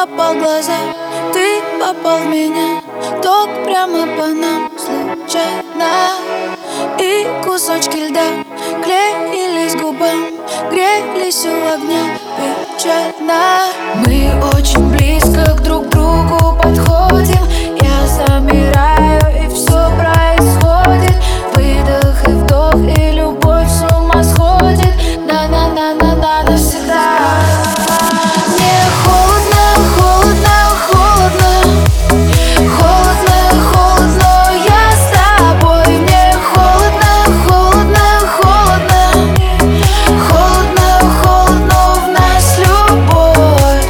попал в глаза, ты попал в меня. Ток прямо по нам случайно. И кусочки льда клеились к губам, грелись у огня печально. Мы очень близко друг к другу подходим. Я замираю, и все происходит. Выдох и вдох, и любовь с ума сходит. На-на-на-на-на навсегда. Мне холодно, холодно, холодно. Холодно, холодно, я с тобой. Мне холодно, холодно, холодно. Холодно, холодно, в нас любовь.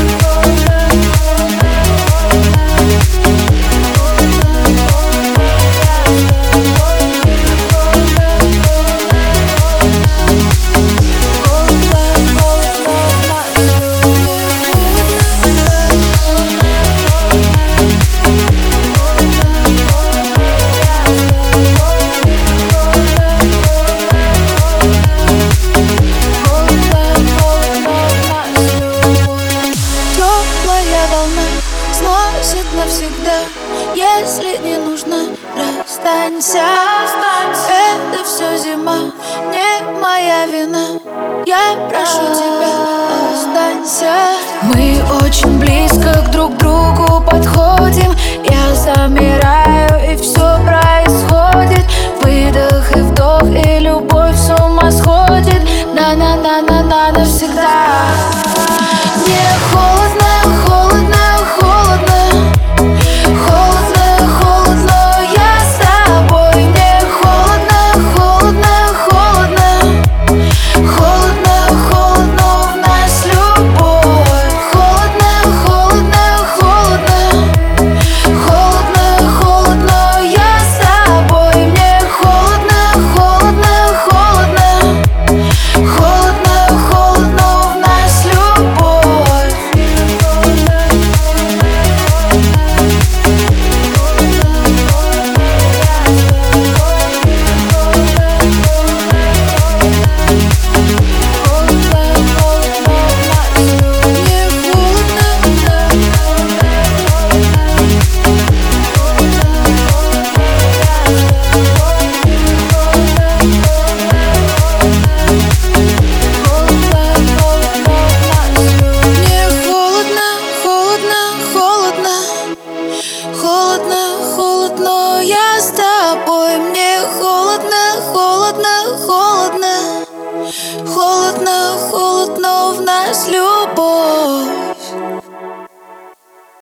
Теплая волна сносит навсегда. Если не нужно, расстанься. Это все зима, не моя вина. Я прошу тебя, останься. Мы очень близко